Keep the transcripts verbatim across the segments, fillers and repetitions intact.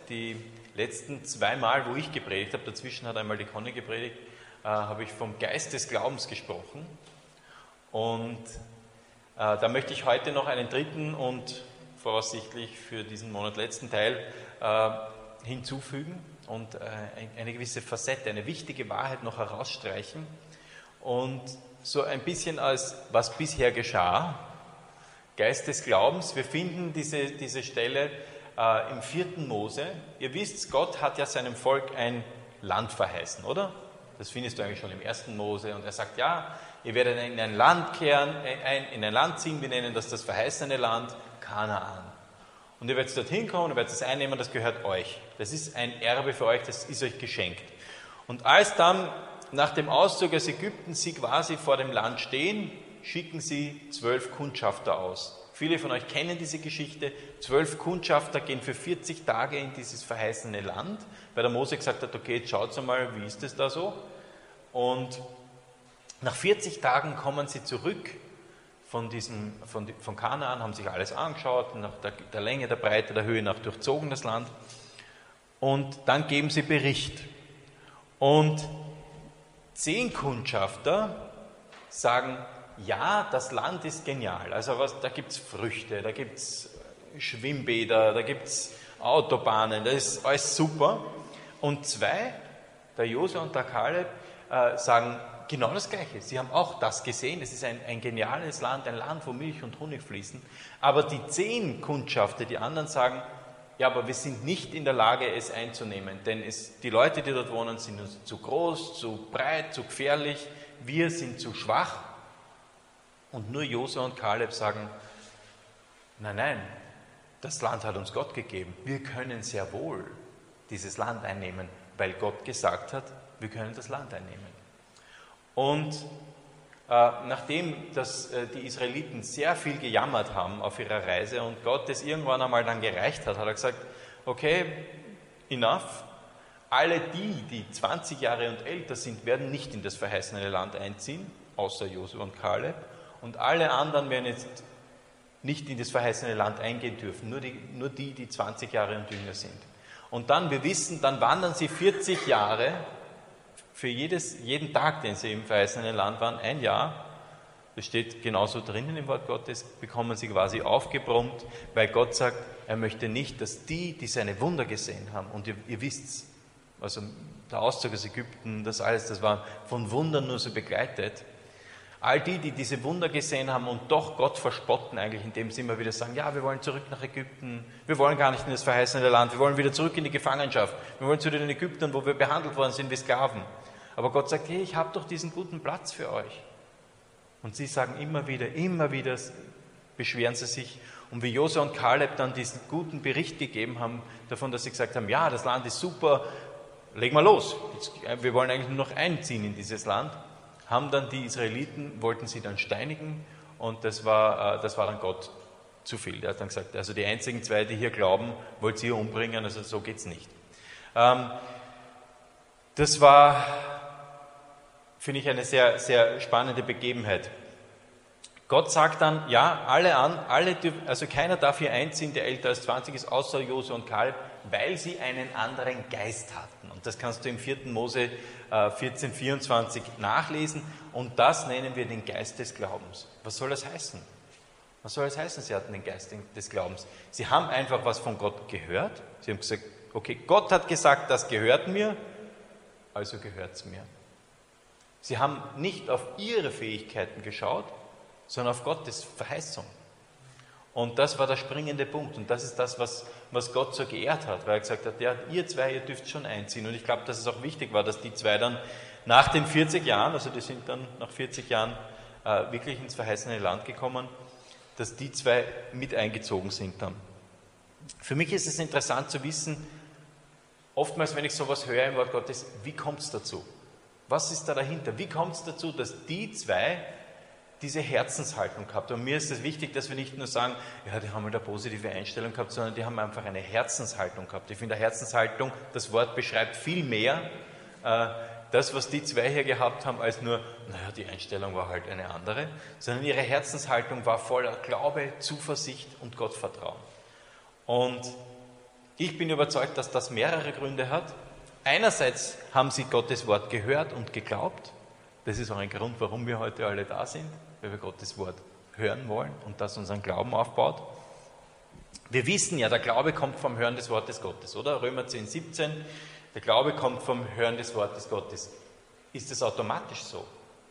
die letzten zwei Mal, wo ich gepredigt habe, dazwischen hat einmal die Conny gepredigt, äh, habe ich vom Geist des Glaubens gesprochen. Und äh, da möchte ich heute noch einen dritten und voraussichtlich für diesen Monat letzten Teil äh, hinzufügen und äh, eine gewisse Facette, eine wichtige Wahrheit noch herausstreichen und so ein bisschen als was bisher geschah, Geist des Glaubens. Wir finden diese, diese Stelle äh, im vierten Mose. Ihr wisst, Gott hat ja seinem Volk ein Land verheißen, oder? Das findest du eigentlich schon im ersten Mose. Und er sagt, ja, ihr werdet in ein Land kehren, ein, in ein Land ziehen, wir nennen das das verheißene Land, Kanaan. Und ihr werdet dorthin kommen, ihr werdet es einnehmen, das gehört euch. Das ist ein Erbe für euch, das ist euch geschenkt. Und als dann nach dem Auszug aus Ägypten sie quasi vor dem Land stehen, schicken sie zwölf Kundschafter aus. Viele von euch kennen diese Geschichte. Zwölf Kundschafter gehen für vierzig Tage in dieses verheißene Land, weil der Mose gesagt hat, okay, jetzt schaut mal, wie ist es da so? Und nach vierzig Tagen kommen sie zurück von, diesem, von, von Kanaan, haben sich alles angeschaut, nach der, der Länge, der Breite, der Höhe nach durchzogen das Land. Und dann geben sie Bericht. Und zehn Kundschafter sagen, ja, das Land ist genial. Also was, da gibt es Früchte, da gibt es Schwimmbäder, da gibt es Autobahnen, das ist alles super. Und zwei, der Josua und der Kaleb, äh, sagen genau das Gleiche. Sie haben auch das gesehen. Es ist ein, ein geniales Land, ein Land, wo Milch und Honig fließen. Aber die zehn Kundschafter, die anderen sagen, ja, aber wir sind nicht in der Lage, es einzunehmen, denn es, die Leute, die dort wohnen, sind uns zu groß, zu breit, zu gefährlich. Wir sind zu schwach. Und nur Josua und Kaleb sagen, nein, nein, das Land hat uns Gott gegeben. Wir können sehr wohl dieses Land einnehmen, weil Gott gesagt hat, wir können das Land einnehmen. Und äh, nachdem das, äh, die Israeliten sehr viel gejammert haben auf ihrer Reise und Gott es irgendwann einmal dann gereicht hat, hat er gesagt, okay, enough. Alle die, die zwanzig Jahre und älter sind, werden nicht in das verheißene Land einziehen, außer Josua und Kaleb. Und alle anderen werden jetzt nicht in das verheißene Land eingehen dürfen, nur die, nur die, die zwanzig Jahre und jünger sind. Und dann, wir wissen, dann wandern sie vierzig Jahre, für jedes, jeden Tag, den sie im verheißenen Land waren, ein Jahr, das steht genauso drinnen im Wort Gottes, bekommen sie quasi aufgebrummt, weil Gott sagt, er möchte nicht, dass die, die seine Wunder gesehen haben, und ihr, ihr wisst, also der Auszug aus Ägypten, das alles, das war von Wundern nur so begleitet. All die, die diese Wunder gesehen haben und doch Gott verspotten eigentlich, indem sie immer wieder sagen, ja, wir wollen zurück nach Ägypten, wir wollen gar nicht in das verheißene Land, wir wollen wieder zurück in die Gefangenschaft, wir wollen zu den Ägyptern, wo wir behandelt worden sind wie Sklaven. Aber Gott sagt, hey, ich habe doch diesen guten Platz für euch. Und sie sagen immer wieder, immer wieder beschweren sie sich. Und wie Josua und Kaleb dann diesen guten Bericht gegeben haben, davon, dass sie gesagt haben, ja, das Land ist super, legen wir los. Jetzt, wir wollen eigentlich nur noch einziehen in dieses Land. Haben dann die Israeliten, wollten sie dann steinigen und das war, das war dann Gott zu viel. Er hat dann gesagt, also die einzigen zwei, die hier glauben, wollt ihr umbringen, also so geht's nicht. Ähm, das war, finde ich, eine sehr, sehr spannende Begebenheit. Gott sagt dann, ja, alle an, alle, also keiner darf hier einziehen, der älter als zwanzig ist, außer Josua und Kaleb, weil sie einen anderen Geist hatten. Und das kannst du im vierten Mose äh, vierzehn, vierundzwanzig nachlesen. Und das nennen wir den Geist des Glaubens. Was soll das heißen? Was soll das heißen, sie hatten den Geist des Glaubens? Sie haben einfach was von Gott gehört. Sie haben gesagt, okay, Gott hat gesagt, das gehört mir, also gehört es mir. Sie haben nicht auf ihre Fähigkeiten geschaut, sondern auf Gottes Verheißung. Und das war der springende Punkt. Und das ist das, was, was Gott so geehrt hat, weil er gesagt hat, ja, ihr zwei, ihr dürft schon einziehen. Und ich glaube, dass es auch wichtig war, dass die zwei dann nach den vierzig Jahren, also die sind dann nach vierzig Jahren äh, wirklich ins verheißene Land gekommen, dass die zwei mit eingezogen sind dann. Für mich ist es interessant zu wissen, oftmals, wenn ich sowas höre im Wort Gottes, wie kommt es dazu? Was ist da dahinter? Wie kommt es dazu, dass die zwei diese Herzenshaltung gehabt haben? Und mir ist es wichtig, dass wir nicht nur sagen, ja, die haben halt eine positive Einstellung gehabt, sondern die haben einfach eine Herzenshaltung gehabt. Ich finde, eine Herzenshaltung, das Wort beschreibt viel mehr äh, das, was die zwei hier gehabt haben, als nur, naja, die Einstellung war halt eine andere, sondern ihre Herzenshaltung war voller Glaube, Zuversicht und Gottvertrauen. Und Ich bin überzeugt, dass das mehrere Gründe hat. Einerseits haben sie Gottes Wort gehört und geglaubt. Das ist auch ein Grund, warum wir heute alle da sind, weil wir Gottes Wort hören wollen und das unseren Glauben aufbaut. Wir wissen ja, der Glaube kommt vom Hören des Wortes Gottes, oder? Römer zehn, siebzehn, der Glaube kommt vom Hören des Wortes Gottes. Ist es automatisch so?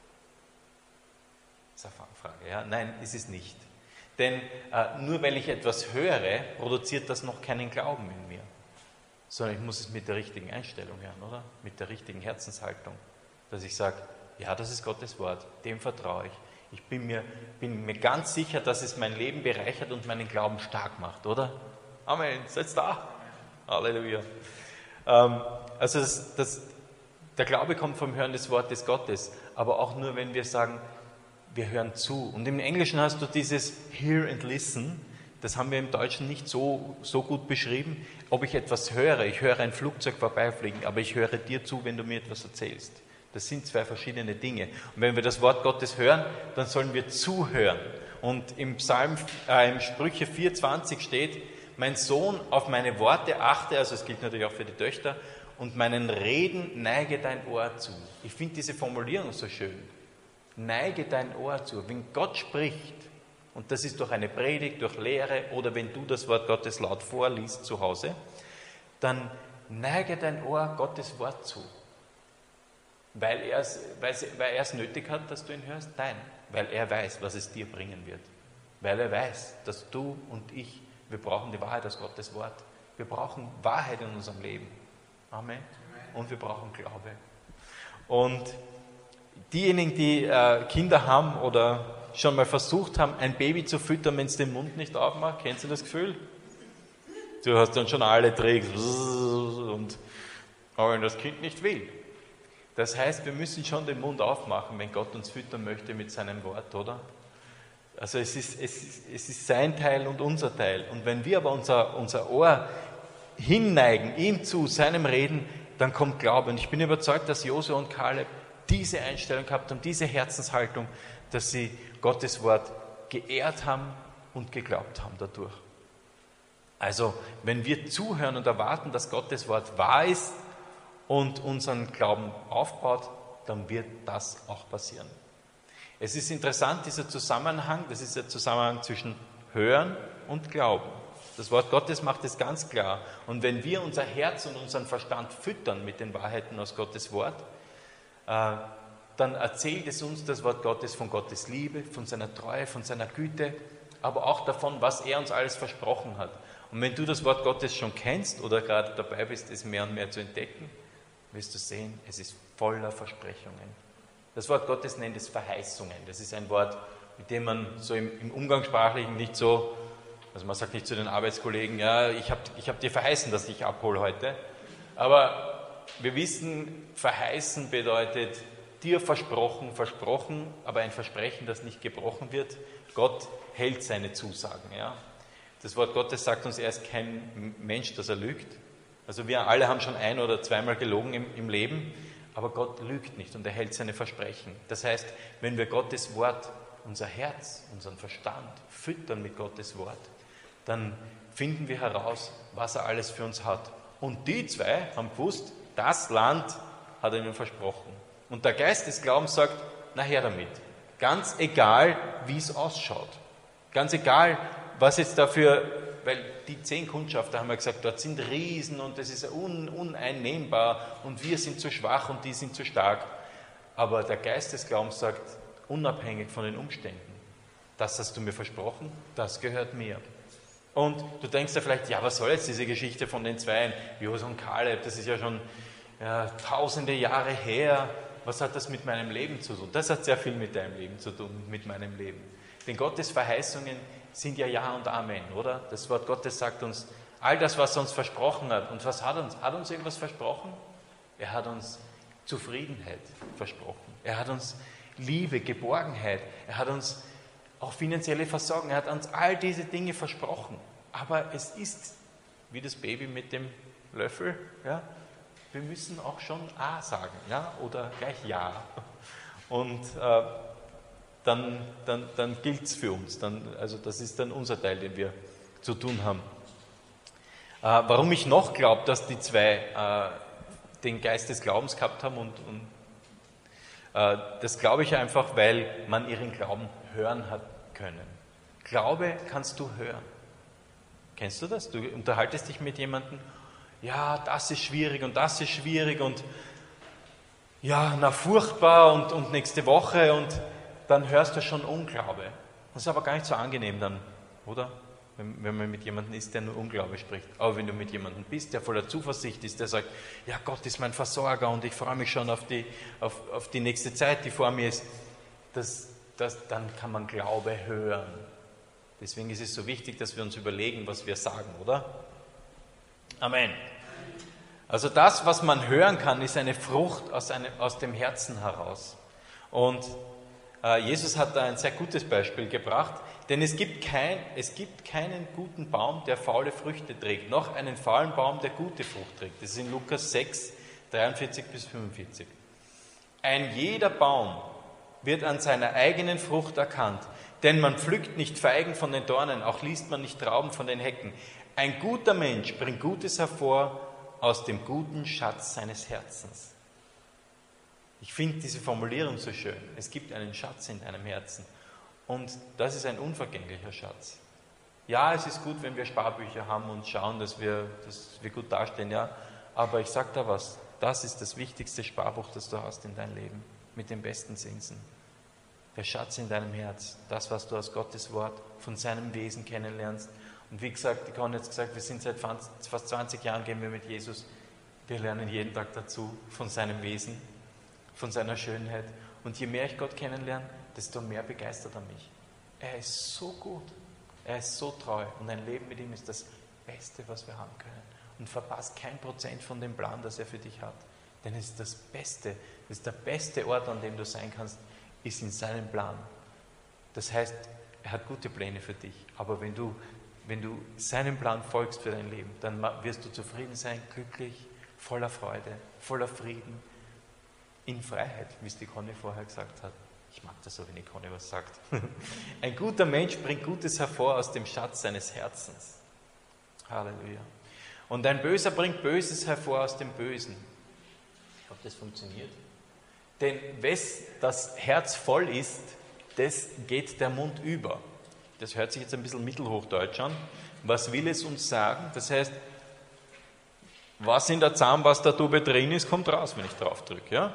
Das ist eine Frage, ja? Nein, ist es nicht. Denn äh, nur weil ich etwas höre, produziert das noch keinen Glauben in mir. Sondern ich muss es mit der richtigen Einstellung hören, oder? Mit der richtigen Herzenshaltung. Dass ich sage, ja, das ist Gottes Wort, dem vertraue ich. Ich bin mir, bin mir ganz sicher, dass es mein Leben bereichert und meinen Glauben stark macht, oder? Amen, seid da. Halleluja. Ähm, also das, das, der Glaube kommt vom Hören des Wortes Gottes, aber auch nur, wenn wir sagen, wir hören zu. Und im Englischen hast du dieses Hear and Listen, das haben wir im Deutschen nicht so, so gut beschrieben. Ob ich etwas höre, ich höre ein Flugzeug vorbeifliegen, aber ich höre dir zu, wenn du mir etwas erzählst. Das sind zwei verschiedene Dinge. Und wenn wir das Wort Gottes hören, dann sollen wir zuhören. Und im Psalm, äh, im Sprüche vier zwanzig steht, mein Sohn, auf meine Worte achte, also es gilt natürlich auch für die Töchter, und meinen Reden neige dein Ohr zu. Ich finde diese Formulierung so schön. Neige dein Ohr zu. Wenn Gott spricht, und das ist durch eine Predigt, durch Lehre oder wenn du das Wort Gottes laut vorliest zu Hause, dann neige dein Ohr Gottes Wort zu. Weil er es, weil, weil er es nötig hat, dass du ihn hörst? Nein, weil er weiß, was es dir bringen wird. Weil er weiß, dass du und ich, wir brauchen die Wahrheit aus Gottes Wort. Wir brauchen Wahrheit in unserem Leben. Amen. Und wir brauchen Glaube. Und diejenigen, die äh, Kinder haben oder schon mal versucht haben, ein Baby zu füttern, wenn es den Mund nicht aufmacht, kennst du das Gefühl? Du hast dann schon alle Tricks und aber wenn das Kind nicht will. Das heißt, wir müssen schon den Mund aufmachen, wenn Gott uns füttern möchte mit seinem Wort, oder? Also es ist, es ist, es ist sein Teil und unser Teil. Und wenn wir aber unser, unser Ohr hinneigen, ihm zu, seinem Reden, dann kommt Glaube. Und ich bin überzeugt, dass Josua und Kaleb diese Einstellung gehabt haben, diese Herzenshaltung, dass sie Gottes Wort geehrt haben und geglaubt haben dadurch. Also, wenn wir zuhören und erwarten, dass Gottes Wort wahr ist und unseren Glauben aufbaut, dann wird das auch passieren. Es ist interessant, dieser Zusammenhang, das ist der Zusammenhang zwischen Hören und Glauben. Das Wort Gottes macht es ganz klar. Und wenn wir unser Herz und unseren Verstand füttern mit den Wahrheiten aus Gottes Wort, äh, dann erzählt es uns das Wort Gottes von Gottes Liebe, von seiner Treue, von seiner Güte, aber auch davon, was er uns alles versprochen hat. Und wenn du das Wort Gottes schon kennst oder gerade dabei bist, es mehr und mehr zu entdecken, wirst du sehen, es ist voller Versprechungen. Das Wort Gottes nennt es Verheißungen. Das ist ein Wort, mit dem man so im, im Umgangssprachlichen nicht so, also man sagt nicht zu den Arbeitskollegen, ja, ich habe ich hab dir verheißen, dass ich dich abhole heute. Aber wir wissen, verheißen bedeutet dir versprochen, versprochen, aber ein Versprechen, das nicht gebrochen wird. Gott hält seine Zusagen. Ja. Das Wort Gottes sagt uns, er ist kein Mensch, dass er lügt. Also wir alle haben schon ein- oder zweimal gelogen im, im Leben, aber Gott lügt nicht und er hält seine Versprechen. Das heißt, wenn wir Gottes Wort, unser Herz, unseren Verstand füttern mit Gottes Wort, dann finden wir heraus, was er alles für uns hat. Und die zwei haben gewusst, das Land hat er ihnen versprochen. Und der Geist des Glaubens sagt, na her damit. Ganz egal, wie es ausschaut. Ganz egal, was jetzt dafür, weil die zehn Kundschafter haben ja gesagt, dort sind Riesen und das ist un, uneinnehmbar und wir sind zu schwach und die sind zu stark. Aber der Geist des Glaubens sagt, unabhängig von den Umständen, das hast du mir versprochen, das gehört mir. Und du denkst ja vielleicht, ja, was soll jetzt diese Geschichte von den Zweien, Josua und Kaleb, das ist ja schon ja, tausende Jahre her. Was hat das mit meinem Leben zu tun? Das hat sehr viel mit deinem Leben zu tun, mit meinem Leben. Denn Gottes Verheißungen sind ja Ja und Amen, oder? Das Wort Gottes sagt uns, all das, was er uns versprochen hat. Und was hat er uns? Hat er uns irgendwas versprochen? Er hat uns Zufriedenheit versprochen. Er hat uns Liebe, Geborgenheit. Er hat uns auch finanzielle Versorgung. Er hat uns all diese Dinge versprochen. Aber es ist wie das Baby mit dem Löffel, ja? Wir müssen auch schon A sagen, ja, oder gleich Ja. Und äh, dann, dann, dann gilt es für uns. Dann, also das ist dann unser Teil, den wir zu tun haben. warum ich noch glaube, dass die zwei äh, den Geist des Glaubens gehabt haben und, und äh, das glaube ich einfach, weil man ihren Glauben hören hat können. Glaube kannst du hören. Kennst du das? Du unterhaltest dich mit jemandem, ja, das ist schwierig und das ist schwierig und ja, na furchtbar und, und nächste Woche und dann hörst du schon Unglaube. Das ist aber gar nicht so angenehm dann, oder? Wenn, wenn man mit jemandem ist, der nur Unglaube spricht. Aber wenn du mit jemandem bist, der voller Zuversicht ist, der sagt, ja, Gott ist mein Versorger und ich freue mich schon auf die, auf, auf die nächste Zeit, die vor mir ist, das, das, dann kann man Glaube hören. Deswegen ist es so wichtig, dass wir uns überlegen, was wir sagen, oder? Amen. Also das, was man hören kann, ist eine Frucht aus, einem, aus dem Herzen heraus. Und äh, Jesus hat da ein sehr gutes Beispiel gebracht, denn es gibt, kein, es gibt keinen guten Baum, der faule Früchte trägt, noch einen faulen Baum, der gute Frucht trägt. Das ist in Lukas sechs, dreiundvierzig bis fünfundvierzig. Ein jeder Baum wird an seiner eigenen Frucht erkannt, denn man pflückt nicht Feigen von den Dornen, auch liest man nicht Trauben von den Hecken. Ein guter Mensch bringt Gutes hervor aus dem guten Schatz seines Herzens. Ich finde diese Formulierung so schön. Es gibt einen Schatz in deinem Herzen. Und das ist ein unvergänglicher Schatz. Ja, es ist gut, wenn wir Sparbücher haben und schauen, dass wir, dass wir gut dastehen, ja. Aber ich sage da was, das ist das wichtigste Sparbuch, das du hast in deinem Leben, mit den besten Zinsen. Der Schatz in deinem Herz, das, was du aus Gottes Wort, von seinem Wesen kennenlernst. Und wie gesagt, ich habe jetzt gesagt, wir sind seit fast zwanzig Jahren, gehen wir mit Jesus. Wir lernen jeden Tag dazu, von seinem Wesen, von seiner Schönheit. Und je mehr ich Gott kennenlerne, desto mehr begeistert er mich. Er ist so gut, er ist so treu und ein Leben mit ihm ist das Beste, was wir haben können. Und verpasst kein Prozent von dem Plan, das er für dich hat. Denn es ist das Beste, es ist der beste Ort, an dem du sein kannst, ist in seinem Plan. Das heißt, er hat gute Pläne für dich, aber wenn du, wenn du seinem Plan folgst für dein Leben, dann wirst du zufrieden sein, glücklich, voller Freude, voller Frieden, in Freiheit, wie es die Conny vorher gesagt hat. Ich mag das so, wenn die Conny was sagt. Ein guter Mensch bringt Gutes hervor aus dem Schatz seines Herzens. Halleluja. Und ein Böser bringt Böses hervor aus dem Bösen. Ich hoffe, das funktioniert. Denn wes das Herz voll ist, das geht der Mund über. Das hört sich jetzt ein bisschen mittelhochdeutsch an. Was will es uns sagen? Das heißt, was in der Zahnpastatube drin ist, kommt raus, wenn ich drauf drücke. Ja?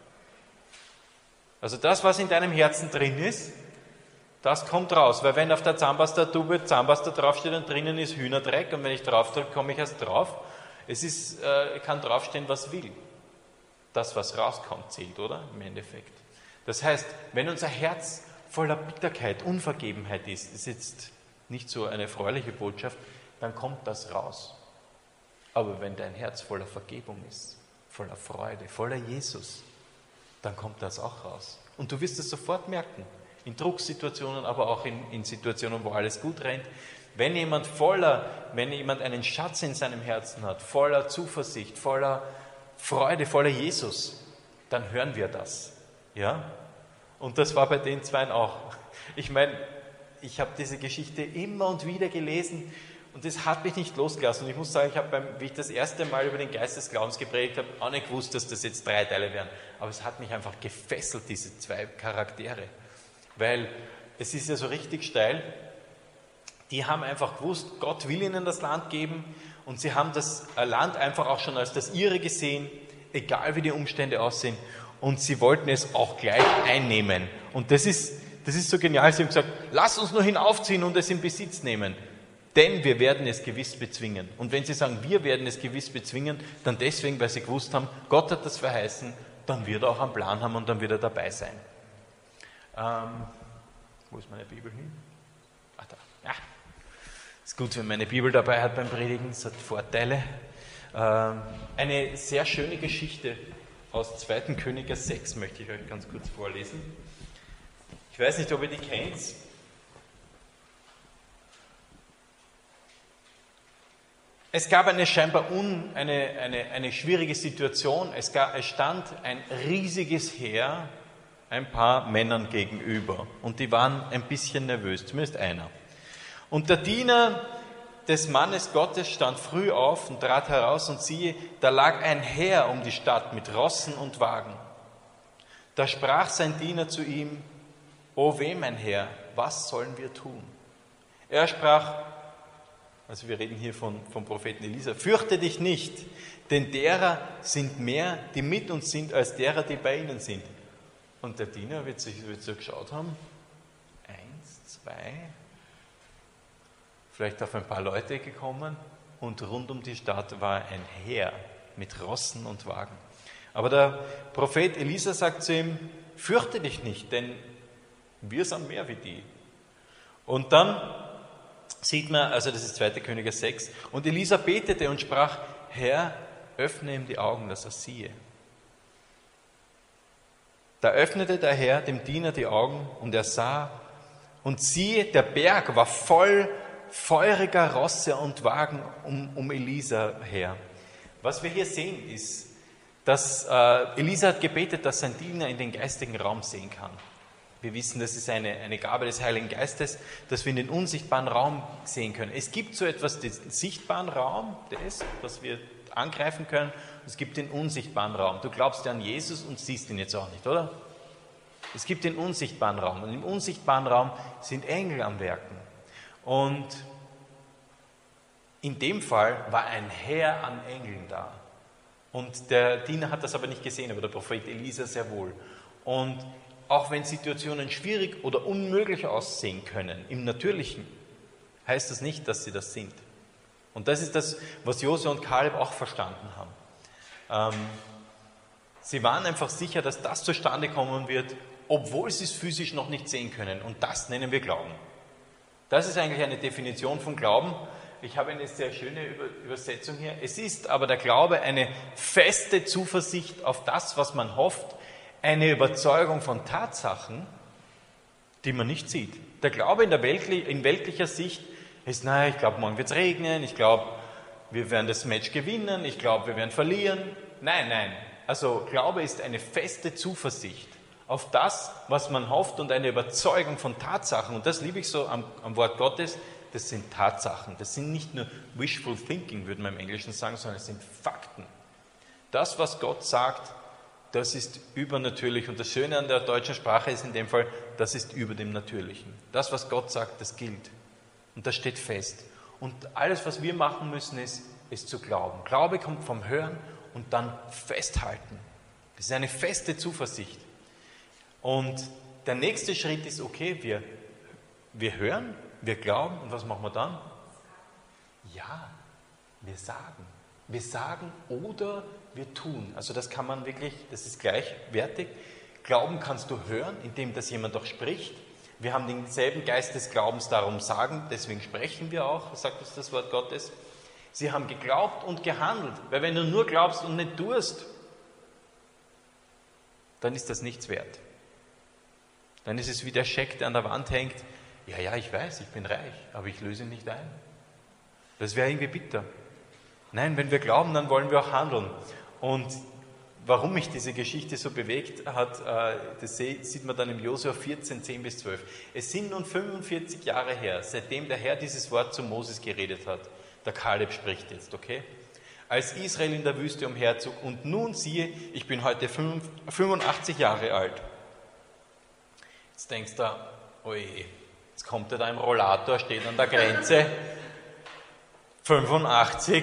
Also das, was in deinem Herzen drin ist, das kommt raus. Weil wenn auf der Zahnpastatube Zahnpasta draufsteht und drinnen ist Hühnerdreck und wenn ich drauf drücke, komme ich erst drauf. Es ist, äh, kann draufstehen, was will. Das, was rauskommt, zählt, oder? Im Endeffekt. Das heißt, wenn unser Herz voller Bitterkeit, Unvergebenheit ist, ist jetzt nicht so eine erfreuliche Botschaft, dann kommt das raus. Aber wenn dein Herz voller Vergebung ist, voller Freude, voller Jesus, dann kommt das auch raus. Und du wirst es sofort merken, in Drucksituationen, aber auch in, in Situationen, wo alles gut rennt. Wenn jemand voller, wenn jemand einen Schatz in seinem Herzen hat, voller Zuversicht, voller Freude, voller Jesus, dann hören wir das. Ja? Und das war bei den Zweien auch. Ich meine, ich habe diese Geschichte immer und wieder gelesen und das hat mich nicht losgelassen. Und ich muss sagen, ich habe, beim, wie ich das erste Mal über den Geist des Glaubens gepredigt habe, auch nicht gewusst, dass das jetzt drei Teile wären. Aber es hat mich einfach gefesselt, diese zwei Charaktere. Weil es ist ja so richtig steil. Die haben einfach gewusst, Gott will ihnen das Land geben und sie haben das Land einfach auch schon als das ihre gesehen, egal wie die Umstände aussehen. Und sie wollten es auch gleich einnehmen. Und das ist, das ist so genial. Sie haben gesagt, lass uns nur hinaufziehen und es in Besitz nehmen. Denn wir werden es gewiss bezwingen. Und wenn sie sagen, wir werden es gewiss bezwingen, dann deswegen, weil sie gewusst haben, Gott hat das verheißen, dann wird er auch einen Plan haben und dann wird er dabei sein. Ähm, wo ist meine Bibel hin? Ach da, ja. Ist gut, wenn meine Bibel dabei hat beim Predigen, es hat Vorteile. Ähm, eine sehr schöne Geschichte aus zweiten Könige sechs möchte ich euch ganz kurz vorlesen. Ich weiß nicht, ob ihr die kennt. Es gab eine scheinbar un, eine, eine, eine schwierige Situation. Es, gab, es stand ein riesiges Heer ein paar Männern gegenüber und die waren ein bisschen nervös, zumindest einer. Und der Diener des Mannes Gottes stand früh auf und trat heraus, und siehe, da lag ein Heer um die Stadt mit Rossen und Wagen. Da sprach sein Diener zu ihm: O weh, mein Herr, was sollen wir tun? Er sprach, also wir reden hier von, vom Propheten Elisa: Fürchte dich nicht, denn derer sind mehr, die mit uns sind, als derer, die bei ihnen sind. Und der Diener wird sich wird so geschaut haben: Eins, zwei, vielleicht auf ein paar Leute gekommen, und rund um die Stadt war ein Heer mit Rossen und Wagen. Aber der Prophet Elisa sagt zu ihm: Fürchte dich nicht, denn wir sind mehr wie die. Und dann sieht man, also das ist zweiter Könige sechs, und Elisa betete und sprach: Herr, öffne ihm die Augen, dass er siehe. Da öffnete der Herr dem Diener die Augen, und er sah, und siehe, der Berg war voll feuriger Rosse und Wagen um, um Elisa her. Was wir hier sehen ist, dass äh, Elisa hat gebetet, dass sein Diener in den geistigen Raum sehen kann. Wir wissen, das ist eine, eine Gabe des Heiligen Geistes, dass wir in den unsichtbaren Raum sehen können. Es gibt so etwas, den sichtbaren Raum, das, was wir angreifen können, und es gibt den unsichtbaren Raum. Du glaubst ja an Jesus und siehst ihn jetzt auch nicht, oder? Es gibt den unsichtbaren Raum, und im unsichtbaren Raum sind Engel am Werken. Und in dem Fall war ein Heer an Engeln da. Und der Diener hat das aber nicht gesehen, aber der Prophet Elisa sehr wohl. Und auch wenn Situationen schwierig oder unmöglich aussehen können, im Natürlichen, heißt das nicht, dass sie das sind. Und das ist das, was Josua und Kaleb auch verstanden haben. Ähm, sie waren einfach sicher, dass das zustande kommen wird, obwohl sie es physisch noch nicht sehen können. Und das nennen wir Glauben. Das ist eigentlich eine Definition von Glauben. Ich habe eine sehr schöne Übersetzung hier. Es ist aber der Glaube eine feste Zuversicht auf das, was man hofft, eine Überzeugung von Tatsachen, die man nicht sieht. Der Glaube in, der weltli- in weltlicher Sicht ist, naja, ich glaube, morgen wird es regnen, ich glaube, wir werden das Match gewinnen, ich glaube, wir werden verlieren. Nein, nein. Also Glaube ist eine feste Zuversicht auf das, was man hofft, und eine Überzeugung von Tatsachen. Und das liebe ich so am, am Wort Gottes. Das sind Tatsachen. Das sind nicht nur wishful thinking, würde man im Englischen sagen, sondern es sind Fakten. Das, was Gott sagt, das ist übernatürlich. Und das Schöne an der deutschen Sprache ist in dem Fall, das ist über dem Natürlichen. Das, was Gott sagt, das gilt. Und das steht fest. Und alles, was wir machen müssen, ist, ist zu glauben. Glaube kommt vom Hören und dann festhalten. Das ist eine feste Zuversicht. Und der nächste Schritt ist, okay, wir, wir hören, wir glauben, und was machen wir dann? Ja, wir sagen. Wir sagen oder wir tun. Also das kann man wirklich, das ist gleichwertig. Glauben kannst du hören, indem das jemand auch spricht. Wir haben denselben Geist des Glaubens, darum sagen, deswegen sprechen wir auch, sagt uns das Wort Gottes. Sie haben geglaubt und gehandelt, weil wenn du nur glaubst und nicht tust, dann ist das nichts wert. Dann ist es wie der Scheck, der an der Wand hängt. Ja, ja, ich weiß, ich bin reich, aber ich löse ihn nicht ein. Das wäre irgendwie bitter. Nein, wenn wir glauben, dann wollen wir auch handeln. Und warum mich diese Geschichte so bewegt hat, das sieht man dann im Josua vierzehn, zehn bis zwölf. Es sind nun fünfundvierzig Jahre her, seitdem der Herr dieses Wort zu Moses geredet hat. Der Kaleb spricht jetzt, okay? Als Israel in der Wüste umherzog, und nun siehe, ich bin heute fünfundachtzig Jahre alt. Jetzt denkst du, oje, jetzt kommt er da im Rollator, steht an der Grenze, fünfundachtzig,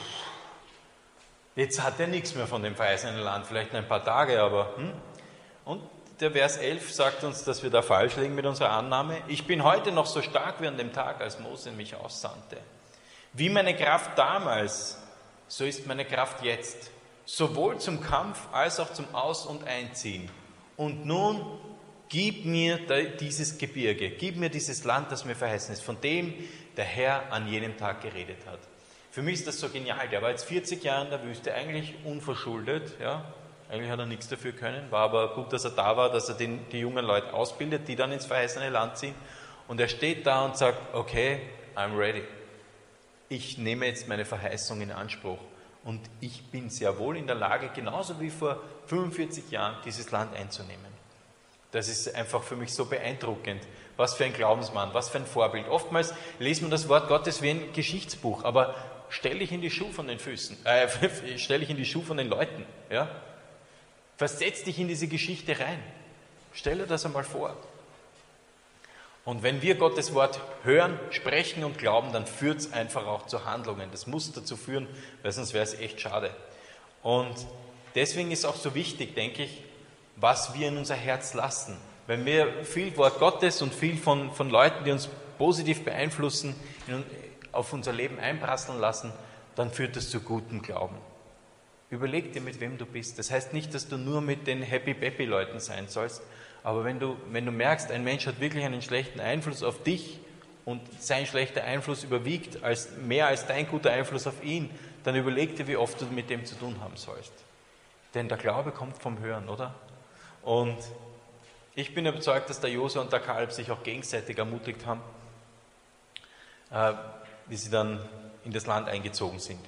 jetzt hat er nichts mehr von dem verheißenen Land, vielleicht ein paar Tage, aber... Hm? Und der Vers elf sagt uns, dass wir da falsch liegen mit unserer Annahme. Ich bin heute noch so stark wie an dem Tag, als Mose mich aussandte. Wie meine Kraft damals, so ist meine Kraft jetzt, sowohl zum Kampf als auch zum Aus- und Einziehen. Und nun... Gib mir dieses Gebirge, gib mir dieses Land, das mir verheißen ist, von dem der Herr an jenem Tag geredet hat. Für mich ist das so genial. Der war jetzt vierzig Jahre in der Wüste, eigentlich unverschuldet. Ja? Eigentlich hat er nichts dafür können. War aber gut, dass er da war, dass er den, die jungen Leute ausbildet, die dann ins verheißene Land ziehen. Und er steht da und sagt, okay, I'm ready. Ich nehme jetzt meine Verheißung in Anspruch. Und ich bin sehr wohl in der Lage, genauso wie vor fünfundvierzig Jahren, dieses Land einzunehmen. Das ist einfach für mich so beeindruckend. Was für ein Glaubensmann, was für ein Vorbild. Oftmals liest man das Wort Gottes wie ein Geschichtsbuch, aber stell dich in die Schuhe von den Füßen, äh, stell dich in die Schuhe von den Leuten. Ja? Versetz dich in diese Geschichte rein. Stell dir das einmal vor. Und wenn wir Gottes Wort hören, sprechen und glauben, dann führt es einfach auch zu Handlungen. Das muss dazu führen, weil sonst wäre es echt schade. Und deswegen ist auch so wichtig, denke ich, was wir in unser Herz lassen. Wenn wir viel Wort Gottes und viel von, von Leuten, die uns positiv beeinflussen, in, auf unser Leben einprasseln lassen, dann führt das zu gutem Glauben. Überleg dir, mit wem du bist. Das heißt nicht, dass du nur mit den Happy-Peppy-Leuten sein sollst, aber wenn du, wenn du merkst, ein Mensch hat wirklich einen schlechten Einfluss auf dich und sein schlechter Einfluss überwiegt als, mehr als dein guter Einfluss auf ihn, dann überleg dir, wie oft du mit dem zu tun haben sollst. Denn der Glaube kommt vom Hören, oder? Und ich bin überzeugt, dass der Josua und der Kaleb sich auch gegenseitig ermutigt haben, äh, wie sie dann in das Land eingezogen sind.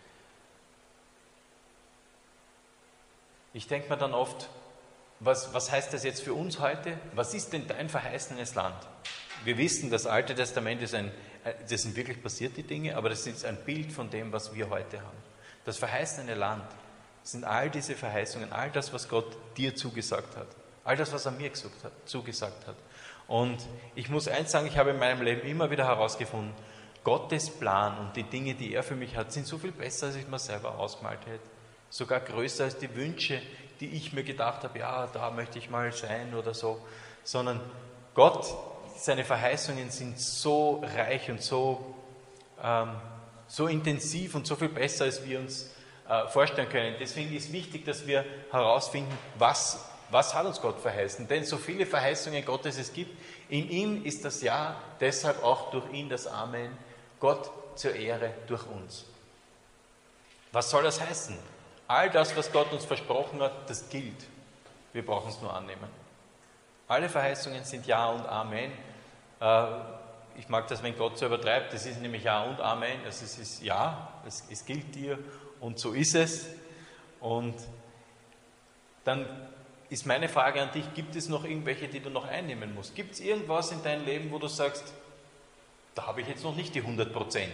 Ich denke mir dann oft, was, was heißt das jetzt für uns heute? Was ist denn dein verheißenes Land? Wir wissen, das Alte Testament ist ein, das sind wirklich passierte Dinge, aber das ist ein Bild von dem, was wir heute haben. Das verheißene Land sind all diese Verheißungen, all das, was Gott dir zugesagt hat, all das, was er mir gesagt hat, zugesagt hat. Und ich muss eins sagen, ich habe in meinem Leben immer wieder herausgefunden, Gottes Plan und die Dinge, die er für mich hat, sind so viel besser, als ich mir selber ausgemalt hätte. Sogar größer als die Wünsche, die ich mir gedacht habe, ja, da möchte ich mal sein oder so. Sondern Gott, seine Verheißungen sind so reich und so, ähm, so intensiv und so viel besser, als wir uns äh, vorstellen können. Deswegen ist wichtig, dass wir herausfinden, was, was hat uns Gott verheißen. Denn so viele Verheißungen Gottes es gibt, in ihm ist das Ja, deshalb auch durch ihn das Amen, Gott zur Ehre durch uns. Was soll das heißen? All das, was Gott uns versprochen hat, das gilt. Wir brauchen es nur annehmen. Alle Verheißungen sind Ja und Amen. Ich mag das, wenn Gott so übertreibt. Das ist nämlich Ja und Amen. Also es ist Ja, es, es gilt dir und so ist es. Und dann ist meine Frage an dich, gibt es noch irgendwelche, die du noch einnehmen musst? Gibt es irgendwas in deinem Leben, wo du sagst, da habe ich jetzt noch nicht die hundert Prozent?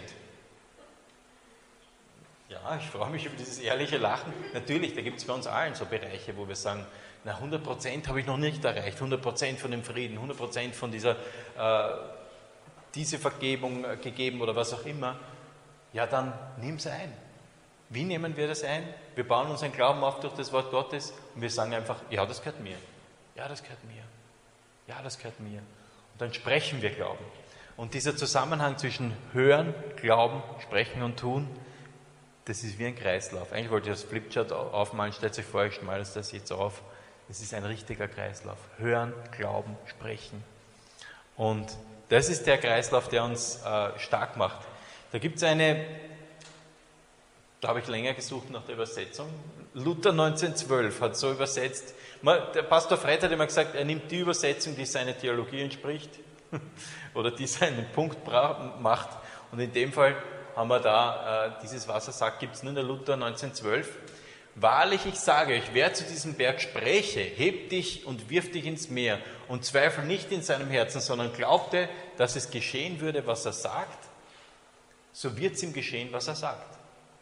Ja, ich freue mich über dieses ehrliche Lachen. Natürlich, da gibt es bei uns allen so Bereiche, wo wir sagen, na hundert Prozent habe ich noch nicht erreicht, hundert Prozent von dem Frieden, hundert Prozent von dieser äh, diese Vergebung äh, gegeben oder was auch immer. Ja, dann nimm es ein. Wie nehmen wir das ein? Wir bauen unseren Glauben auf durch das Wort Gottes und wir sagen einfach, ja, das gehört mir. Ja, das gehört mir. Ja, das gehört mir. Und dann sprechen wir Glauben. Und dieser Zusammenhang zwischen Hören, Glauben, Sprechen und Tun, das ist wie ein Kreislauf. Eigentlich wollte ich das Flipchart aufmalen, stellt euch vor, ich schmale das jetzt auf. Das ist ein richtiger Kreislauf. Hören, Glauben, Sprechen. Und das ist der Kreislauf, der uns äh, stark macht. Da gibt es eine, da habe ich länger gesucht nach der Übersetzung. Luther neunzehnhundertzwölf hat so übersetzt. Der Pastor Fred hat immer gesagt, er nimmt die Übersetzung, die seiner Theologie entspricht oder die seinen Punkt macht. Und in dem Fall haben wir da äh, dieses, was er sagt, gibt es nur in der Luther neunzehnhundertzwölf. Wahrlich, ich sage euch, wer zu diesem Berg spräche, heb dich und wirf dich ins Meer und zweifle nicht in seinem Herzen, sondern glaubte, dass es geschehen würde, was er sagt, so wird es ihm geschehen, was er sagt.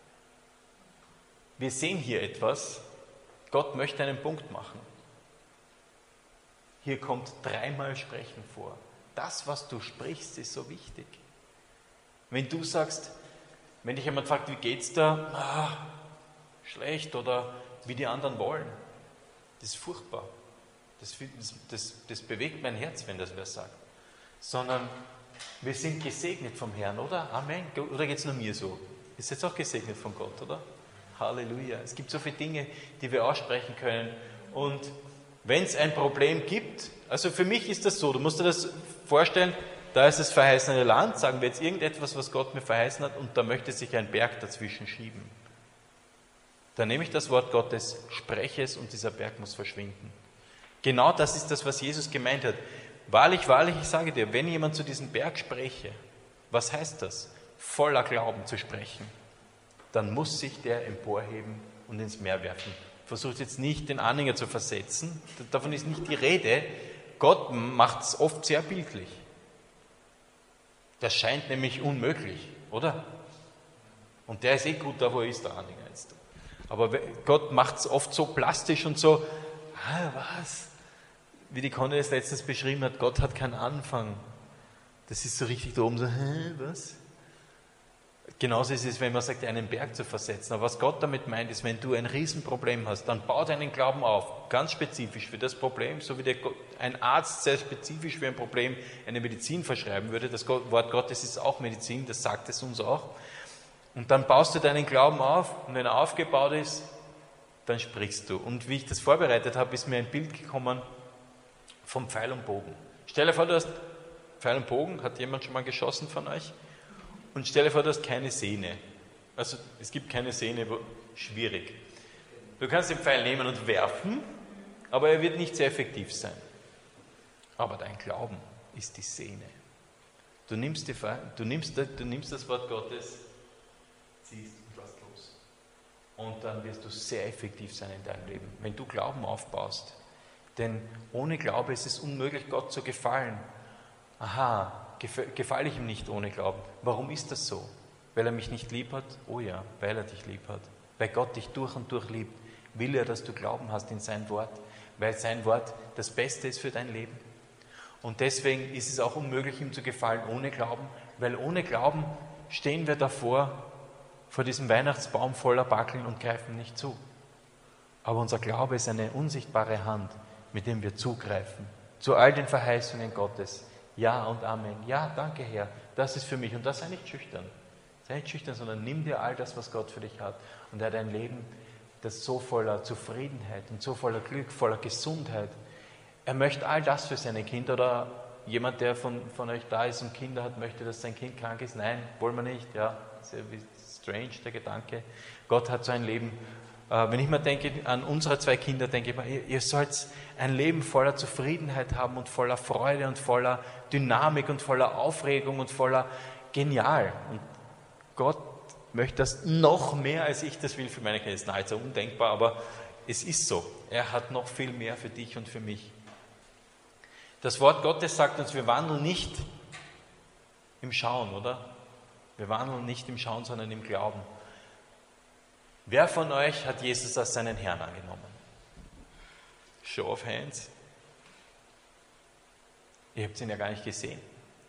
Wir sehen hier etwas, Gott möchte einen Punkt machen. Hier kommt dreimal Sprechen vor. Das, was du sprichst, ist so wichtig. Wenn du sagst, wenn dich jemand fragt, wie geht's da? Ah, schlecht oder wie die anderen wollen. Das ist furchtbar. Das, das, das bewegt mein Herz, wenn das wer sagt. Sondern wir sind gesegnet vom Herrn, oder? Amen. Oder geht es nur mir so? Ist jetzt auch gesegnet von Gott, oder? Halleluja. Es gibt so viele Dinge, die wir aussprechen können. Und wenn es ein Problem gibt, also für mich ist das so, du musst dir das vorstellen, da ist das verheißene Land, sagen wir jetzt irgendetwas, was Gott mir verheißen hat, und da möchte sich ein Berg dazwischen schieben. Dann nehme ich das Wort Gottes, spreche es und dieser Berg muss verschwinden. Genau das ist das, was Jesus gemeint hat. Wahrlich, wahrlich, ich sage dir, wenn jemand zu diesem Berg spreche, was heißt das? Voller Glauben zu sprechen, dann muss sich der emporheben und ins Meer werfen versuche jetzt nicht den Anhänger zu versetzen, davon ist nicht die Rede. Gott macht es oft sehr bildlich. Das scheint nämlich unmöglich, oder? Und der ist eh gut da, wo er ist, der Anhänger jetzt. Aber Gott macht es oft so plastisch und so, ah, was? Wie die Conny es letztens beschrieben hat, Gott hat keinen Anfang. Das ist so richtig da oben so, hä, was? Genauso ist es, wenn man sagt, einen Berg zu versetzen. Aber was Gott damit meint, ist, wenn du ein Riesenproblem hast, dann bau deinen Glauben auf, ganz spezifisch für das Problem, so wie der, ein Arzt sehr spezifisch für ein Problem eine Medizin verschreiben würde. Das Wort Gottes ist auch Medizin, das sagt es uns auch. Und dann baust du deinen Glauben auf und wenn er aufgebaut ist, dann sprichst du. Und wie ich das vorbereitet habe, ist mir ein Bild gekommen vom Pfeil und Bogen. Stell dir vor, du hast Pfeil und Bogen, hat jemand schon mal geschossen von euch? Und stell dir vor, du hast keine Sehne. Also es gibt keine Sehne, wo, schwierig. Du kannst den Pfeil nehmen und werfen, aber er wird nicht sehr effektiv sein. Aber dein Glauben ist die Sehne. Du nimmst, die, du nimmst, du nimmst das Wort Gottes, ziehst und lässt los. Und dann wirst du sehr effektiv sein in deinem Leben, wenn du Glauben aufbaust. Denn ohne Glaube ist es unmöglich, Gott zu gefallen. Aha, gefalle ich ihm nicht ohne Glauben. Warum ist das so? Weil er mich nicht lieb hat? Oh ja, weil er dich lieb hat. Weil Gott dich durch und durch liebt, will er, dass du Glauben hast in sein Wort, weil sein Wort das Beste ist für dein Leben. Und deswegen ist es auch unmöglich, ihm zu gefallen ohne Glauben, weil ohne Glauben stehen wir davor, vor diesem Weihnachtsbaum voller Backeln und greifen nicht zu. Aber unser Glaube ist eine unsichtbare Hand, mit dem wir zugreifen, zu all den Verheißungen Gottes. Ja und Amen. Ja, danke Herr, das ist für mich. Und das sei nicht schüchtern. Sei nicht schüchtern, sondern nimm dir all das, was Gott für dich hat. Und er hat ein Leben, das so voller Zufriedenheit und so voller Glück, voller Gesundheit. Er möchte all das für seine Kinder. Oder jemand, der von, von euch da ist und Kinder hat, möchte, dass sein Kind krank ist. Nein, wollen wir nicht. Ja, sehr strange, der Gedanke. Gott hat so ein Leben. Wenn ich mir denke, an unsere zwei Kinder, denke ich mir, ihr sollt ein Leben voller Zufriedenheit haben und voller Freude und voller Dynamik und voller Aufregung und voller Genial. Und Gott möchte das noch mehr, als ich das will für meine Kinder. Das ist nahezu undenkbar, aber es ist so. Er hat noch viel mehr für dich und für mich. Das Wort Gottes sagt uns, wir wandeln nicht im Schauen, oder? Wir wandeln nicht im Schauen, sondern im Glauben. Wer von euch hat Jesus als seinen Herrn angenommen? Show of hands. Ihr habt ihn ja gar nicht gesehen.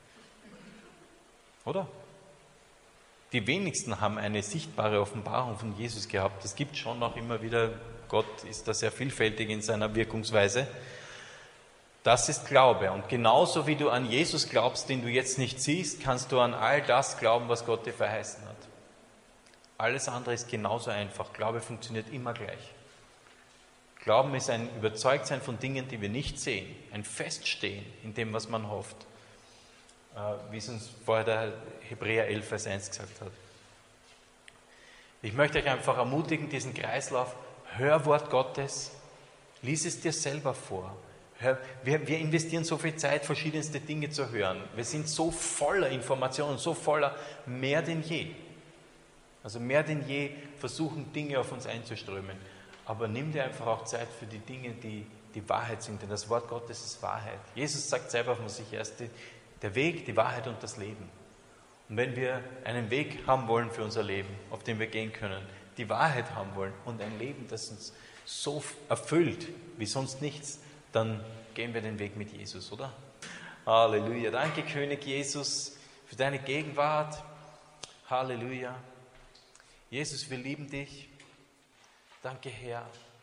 Oder? Die wenigsten haben eine sichtbare Offenbarung von Jesus gehabt. Es gibt schon noch immer wieder, Gott ist da sehr vielfältig in seiner Wirkungsweise. Das ist Glaube. Und genauso wie du an Jesus glaubst, den du jetzt nicht siehst, kannst du an all das glauben, was Gott dir verheißen hat. Alles andere ist genauso einfach. Glaube funktioniert immer gleich. Glauben ist ein Überzeugtsein von Dingen, die wir nicht sehen. Ein Feststehen in dem, was man hofft. Wie es uns vorher der Hebräer elf, Vers eins gesagt hat. Ich möchte euch einfach ermutigen, diesen Kreislauf, hör Wort Gottes, lies es dir selber vor. Hör, wir, wir investieren so viel Zeit, verschiedenste Dinge zu hören. Wir sind so voller Informationen, so voller, mehr denn je. Also mehr denn je versuchen Dinge auf uns einzuströmen. Aber nimm dir einfach auch Zeit für die Dinge, die die Wahrheit sind. Denn das Wort Gottes ist Wahrheit. Jesus sagt selber von sich erst, der Weg, die Wahrheit und das Leben. Und wenn wir einen Weg haben wollen für unser Leben, auf den wir gehen können, die Wahrheit haben wollen und ein Leben, das uns so erfüllt wie sonst nichts, dann gehen wir den Weg mit Jesus, oder? Halleluja. Danke, König Jesus, für deine Gegenwart. Halleluja. Jesus, wir lieben dich. Danke, Herr,